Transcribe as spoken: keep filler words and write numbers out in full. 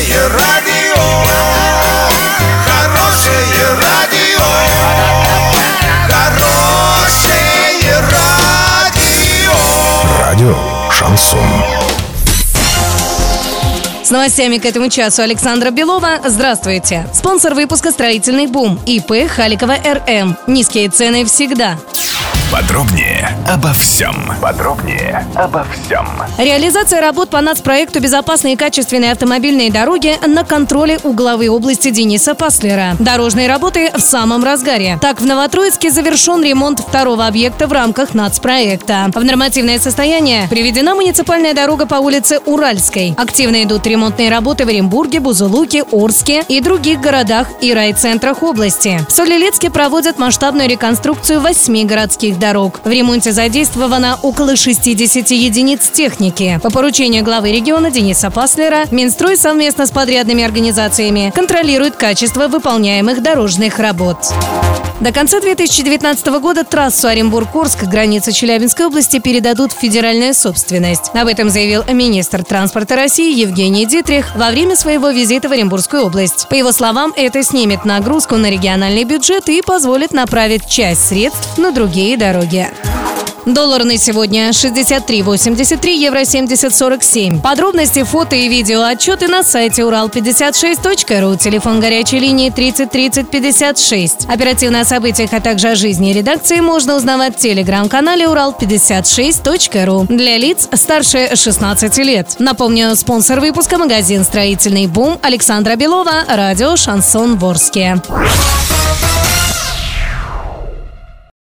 Хорошее радио, хорошее радио, хорошее радио. Радио Шансон. С новостями к этому часу Александра Белова. Здравствуйте. Спонсор выпуска «Строительный бум» ИП Халикова РМ. Низкие цены всегда. Подробнее обо всем. Подробнее обо всем. Реализация работ по нацпроекту «Безопасные и качественные автомобильные дороги» на контроле у главы области Дениса Паслера. Дорожные работы в самом разгаре. Так, в Новотроицке завершен ремонт второго объекта в рамках нацпроекта. В нормативное состояние приведена муниципальная дорога по улице Уральской. Активно идут ремонтные работы в Оренбурге, Бузулуке, Орске и других городах и райцентрах области. В Солилецке проводят масштабную реконструкцию восьми городских дорог. В ремонте задействовано около шестидесяти единиц техники. По поручению главы региона Дениса Паслера Минстрой совместно с подрядными организациями контролирует качество выполняемых дорожных работ. До конца две тысячи девятнадцатого года трассу Оренбург-Орск, границы Челябинской области, передадут в федеральную собственность. Об этом заявил министр транспорта России Евгений Дитрих во время своего визита в Оренбургскую область. По его словам, это снимет нагрузку на региональный бюджет и позволит направить часть средств на другие дороги. Доллар на сегодня шестьдесят три восемьдесят три, евро семьдесят сорок семь. Подробности, фото и видео отчеты на сайте урал пятьдесят шесть точка ру. Телефон горячей линии тридцать тридцать пятьдесят шесть. Оперативно о событиях, а также о жизни редакции можно узнавать в телеграм-канале урал пятьдесят шесть точка ру. Для лиц старше шестнадцати лет. Напомню, спонсор выпуска — магазин «Строительный бум», Александра Белова, радио «Шансон» в Орске.